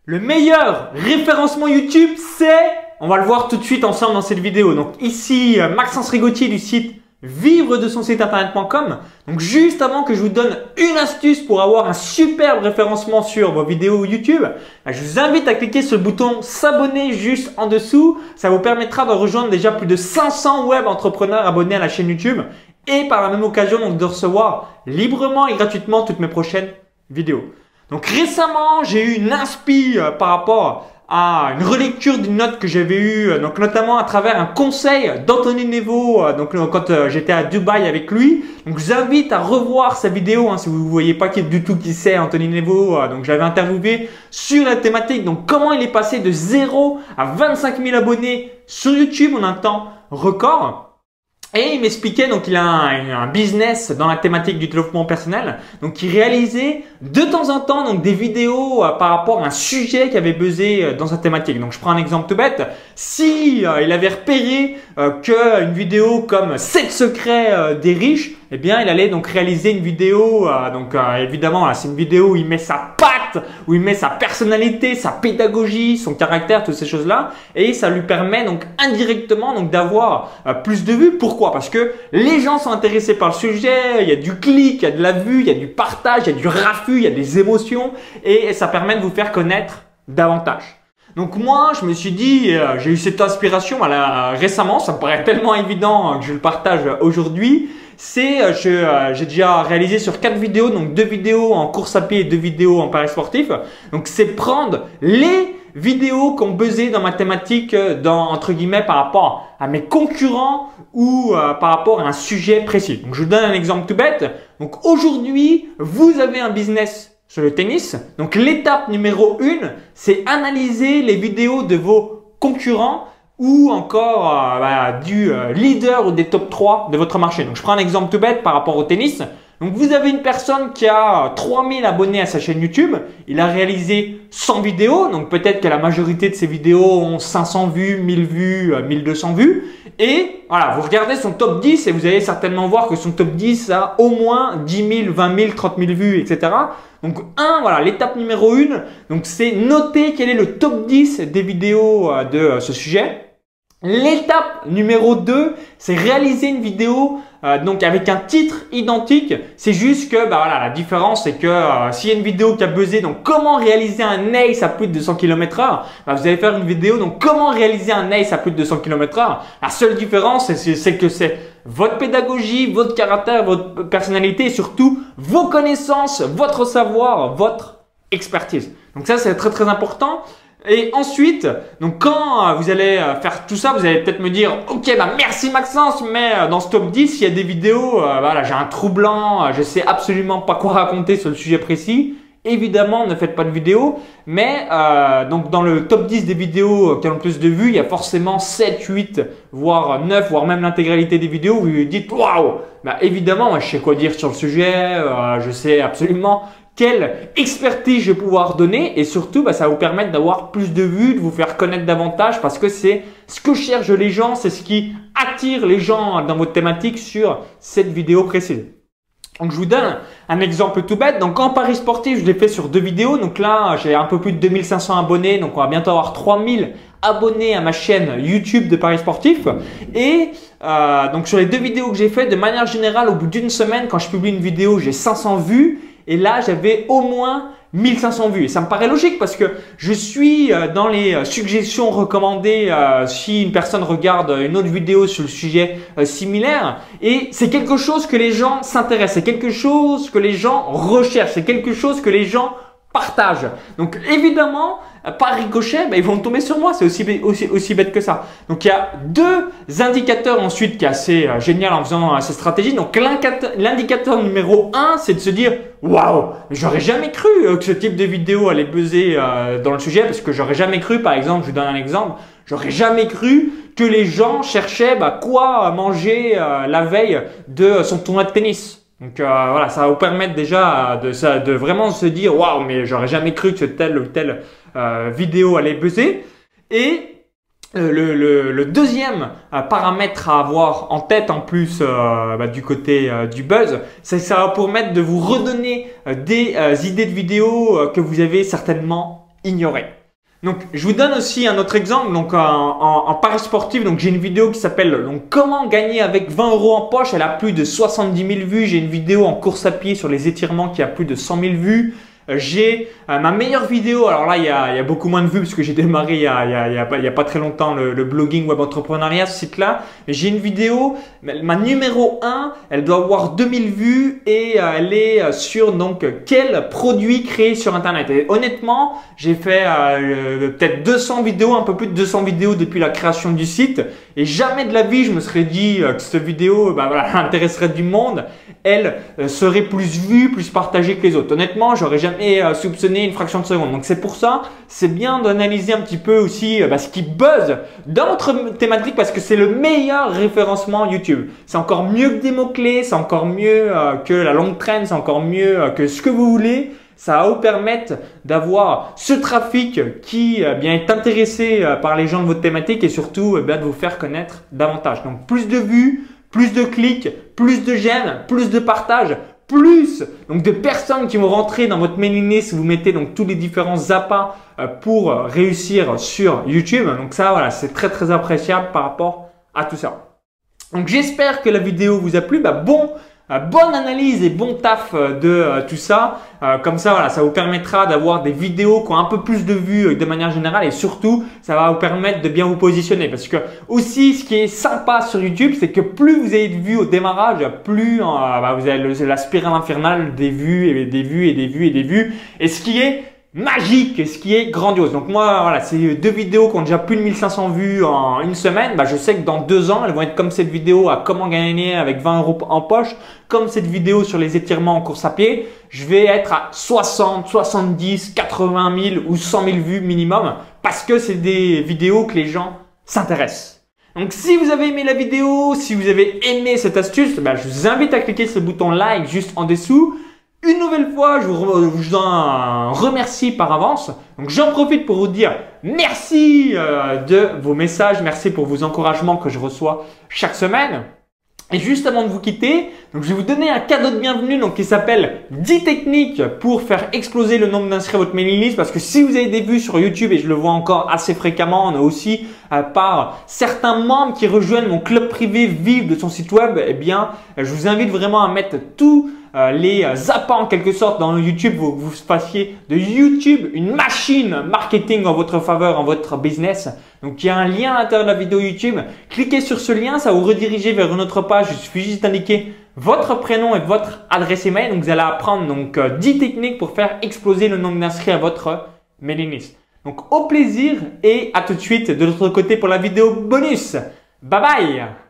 Le meilleur référencement YouTube, c'est… On va le voir tout de suite ensemble dans cette vidéo. Donc ici, Maxence Rigotier du site vivre de son site internet.com. Donc juste avant que je vous donne une astuce pour avoir un superbe référencement sur vos vidéos YouTube, je vous invite à cliquer sur le bouton s'abonner juste en dessous. Ça vous permettra de rejoindre déjà plus de 500 web entrepreneurs abonnés à la chaîne YouTube et par la même occasion donc de recevoir librement et gratuitement toutes mes prochaines vidéos. Donc récemment, j'ai eu une inspi par rapport à une relecture d'une note que j'avais eue, donc notamment à travers un conseil d'Anthony Nevo, donc quand j'étais à Dubaï avec lui. Donc je vous invite à revoir sa vidéo si vous ne voyez pas du tout qui c'est Anthony Nevo. Donc j'avais interviewé sur la thématique, donc comment il est passé de 0 à 25 000 abonnés sur YouTube en un temps record. Et il m'expliquait, donc il a un business dans la thématique du développement personnel, donc il réalisait de temps en temps donc des vidéos par rapport à un sujet qui avait buzzé dans sa thématique. Donc je prends un exemple tout bête, si il avait repéré qu'une vidéo comme 7 secrets des riches, eh bien il allait donc réaliser une vidéo, évidemment là, c'est une vidéo où il met sa patte, où il met sa personnalité, sa pédagogie, son caractère, toutes ces choses-là, et ça lui permet donc indirectement donc d'avoir plus de vues. Pourquoi? Parce que les gens sont intéressés par le sujet, il y a du clic, il y a de la vue, il y a du partage, il y a du raffut, il y a des émotions et ça permet de vous faire connaître davantage. Donc moi, je me suis dit, j'ai eu cette inspiration récemment, ça me paraît tellement évident que je le partage aujourd'hui. J'ai déjà réalisé sur 4 vidéos, donc 2 vidéos en course à pied et 2 vidéos en paris sportif. Donc c'est prendre les vidéos qui ont buzzé dans ma thématique entre guillemets par rapport à mes concurrents ou par rapport à un sujet précis. Donc je vous donne un exemple tout bête. Donc aujourd'hui, vous avez un business sur le tennis. Donc l'étape numéro 1, c'est analyser les vidéos de vos concurrents ou encore du leader ou des top 3 de votre marché. Donc je prends un exemple tout bête par rapport au tennis. Donc vous avez une personne qui a 3000 abonnés à sa chaîne YouTube, il a réalisé 100 vidéos, donc peut-être que la majorité de ses vidéos ont 500 vues, 1000 vues, 1200 vues. Et voilà, vous regardez son top 10 et vous allez certainement voir que son top 10 a au moins 10 000, 20 000, 30 000 vues, etc. Donc voilà, l'étape numéro 1, donc c'est noter quel est le top 10 des vidéos de ce sujet. L'étape numéro 2, c'est réaliser une vidéo donc avec un titre identique. C'est juste que la différence c'est que s'il y a une vidéo qui a buzzé, donc comment réaliser un ace à plus de 200 km/h, vous allez faire une vidéo donc comment réaliser un ace à plus de 200 km/h. La seule différence c'est que c'est votre pédagogie, votre caractère, votre personnalité et surtout vos connaissances, votre savoir, votre expertise. Donc ça c'est très très important. Et ensuite, donc quand vous allez faire tout ça, vous allez peut-être me dire ok merci Maxence, mais dans ce top 10 il y a des vidéos, j'ai un trou blanc, je sais absolument pas quoi raconter sur le sujet précis. Évidemment ne faites pas de vidéo, mais donc dans le top 10 des vidéos qui ont le plus de vues, il y a forcément 7, 8, voire 9, voire même l'intégralité des vidéos où vous vous dites waouh, évidemment moi, je sais quoi dire sur le sujet, je sais absolument quelle expertise je vais pouvoir donner et surtout ça va vous permettre d'avoir plus de vues, de vous faire connaître davantage parce que c'est ce que cherchent les gens, c'est ce qui attire les gens dans votre thématique sur cette vidéo précise. Donc je vous donne un exemple tout bête. Donc en paris sportif, je l'ai fait sur 2 vidéos. Donc là, j'ai un peu plus de 2500 abonnés. Donc on va bientôt avoir 3000 abonnés à ma chaîne YouTube de paris sportif. Et donc sur les 2 vidéos que j'ai fait, de manière générale, au bout d'une semaine, quand je publie une vidéo, j'ai 500 vues. Et là, j'avais au moins 1500 vues. Et ça me paraît logique parce que je suis dans les suggestions recommandées si une personne regarde une autre vidéo sur le sujet similaire. Et c'est quelque chose que les gens s'intéressent, c'est quelque chose que les gens recherchent, c'est quelque chose que les gens partagent. Donc évidemment, par ricochet, ils vont tomber sur moi. C'est aussi bête que ça. Donc il y a 2 indicateurs ensuite qui est assez génial en faisant ces stratégies. Donc l'indicateur numéro 1, c'est de se dire waouh, j'aurais jamais cru que ce type de vidéo allait buzzer dans le sujet parce que j'aurais jamais cru, par exemple, je vous donne un exemple, j'aurais jamais cru que les gens cherchaient quoi manger la veille de son tournoi de tennis. Donc ça va vous permettre déjà de vraiment se dire waouh, mais j'aurais jamais cru que telle ou telle vidéo allait buzzer. Et le deuxième paramètre à avoir en tête en plus du côté du buzz, c'est que ça va vous permettre de vous redonner des idées de vidéos que vous avez certainement ignorées. Donc, je vous donne aussi un autre exemple. Donc, en paris sportif, donc j'ai une vidéo qui s'appelle donc comment gagner avec 20 € en poche. Elle a plus de 70 000 vues. J'ai une vidéo en course à pied sur les étirements qui a plus de 100 000 vues. J'ai ma meilleure vidéo. Alors là, il y a beaucoup moins de vues parce que j'ai démarré il y a pas très longtemps le blogging web entrepreneuriat, ce site-là. J'ai une vidéo, ma numéro 1, elle doit avoir 2000 vues et elle est sur donc quel produit créer sur Internet. Et honnêtement, j'ai fait peut-être 200 vidéos, un peu plus de 200 vidéos depuis la création du site. Et jamais de la vie, je me serais dit que cette vidéo intéresserait du monde. Elle serait plus vue, plus partagée que les autres. Honnêtement, j'aurais jamais soupçonné une fraction de seconde. Donc c'est pour ça, c'est bien d'analyser un petit peu aussi ce qui buzz dans votre thématique parce que c'est le meilleur référencement YouTube. C'est encore mieux que des mots-clés, c'est encore mieux que la longue traîne, c'est encore mieux que ce que vous voulez. Ça va vous permettre d'avoir ce trafic qui est intéressé par les gens de votre thématique et surtout de vous faire connaître davantage. Donc plus de vues, plus de clics, plus de j'aime, plus de partages, plus donc de personnes qui vont rentrer dans votre mailing list si vous mettez donc tous les différents appâts pour réussir sur YouTube. Donc ça, voilà, c'est très très appréciable par rapport à tout ça. Donc j'espère que la vidéo vous a plu. Bonne analyse et bon taf de tout ça. Comme ça, voilà, ça vous permettra d'avoir des vidéos qui ont un peu plus de vues de manière générale et surtout, ça va vous permettre de bien vous positionner. Parce que aussi, ce qui est sympa sur YouTube, c'est que plus vous avez de vues au démarrage, plus vous avez la spirale infernale des vues et des vues et des vues et des vues. Et ce qui est magique, ce qui est grandiose. Donc moi, voilà, c'est 2 vidéos qui ont déjà plus de 1500 vues en une semaine. Je sais que dans 2 ans, elles vont être comme cette vidéo à comment gagner avec 20 € en poche, comme cette vidéo sur les étirements en course à pied. Je vais être à 60, 70, 80 000 ou 100 000 vues minimum parce que c'est des vidéos que les gens s'intéressent. Donc si vous avez aimé la vidéo, si vous avez aimé cette astuce, je vous invite à cliquer sur le bouton like juste en dessous. Une nouvelle fois, je vous en remercie par avance. Donc j'en profite pour vous dire merci de vos messages, merci pour vos encouragements que je reçois chaque semaine. Et juste avant de vous quitter, donc je vais vous donner un cadeau de bienvenue donc qui s'appelle 10 techniques pour faire exploser le nombre d'inscrits à votre mailing list. Parce que si vous avez des vues sur YouTube, et je le vois encore assez fréquemment, on a aussi par certains membres qui rejoignent mon club privé Vive de son site web, je vous invite vraiment à mettre tous les appâts en quelque sorte dans YouTube, vous fassiez de YouTube une machine marketing en votre faveur, en votre business. Donc il y a un lien à l'intérieur de la vidéo YouTube. Cliquez sur ce lien, ça va vous rediriger vers une autre page. Il suffit juste d'indiquer votre prénom et votre adresse email. Donc vous allez apprendre 10 techniques pour faire exploser le nombre d'inscrits à votre mailing list. Donc au plaisir et à tout de suite de l'autre côté pour la vidéo bonus. Bye bye!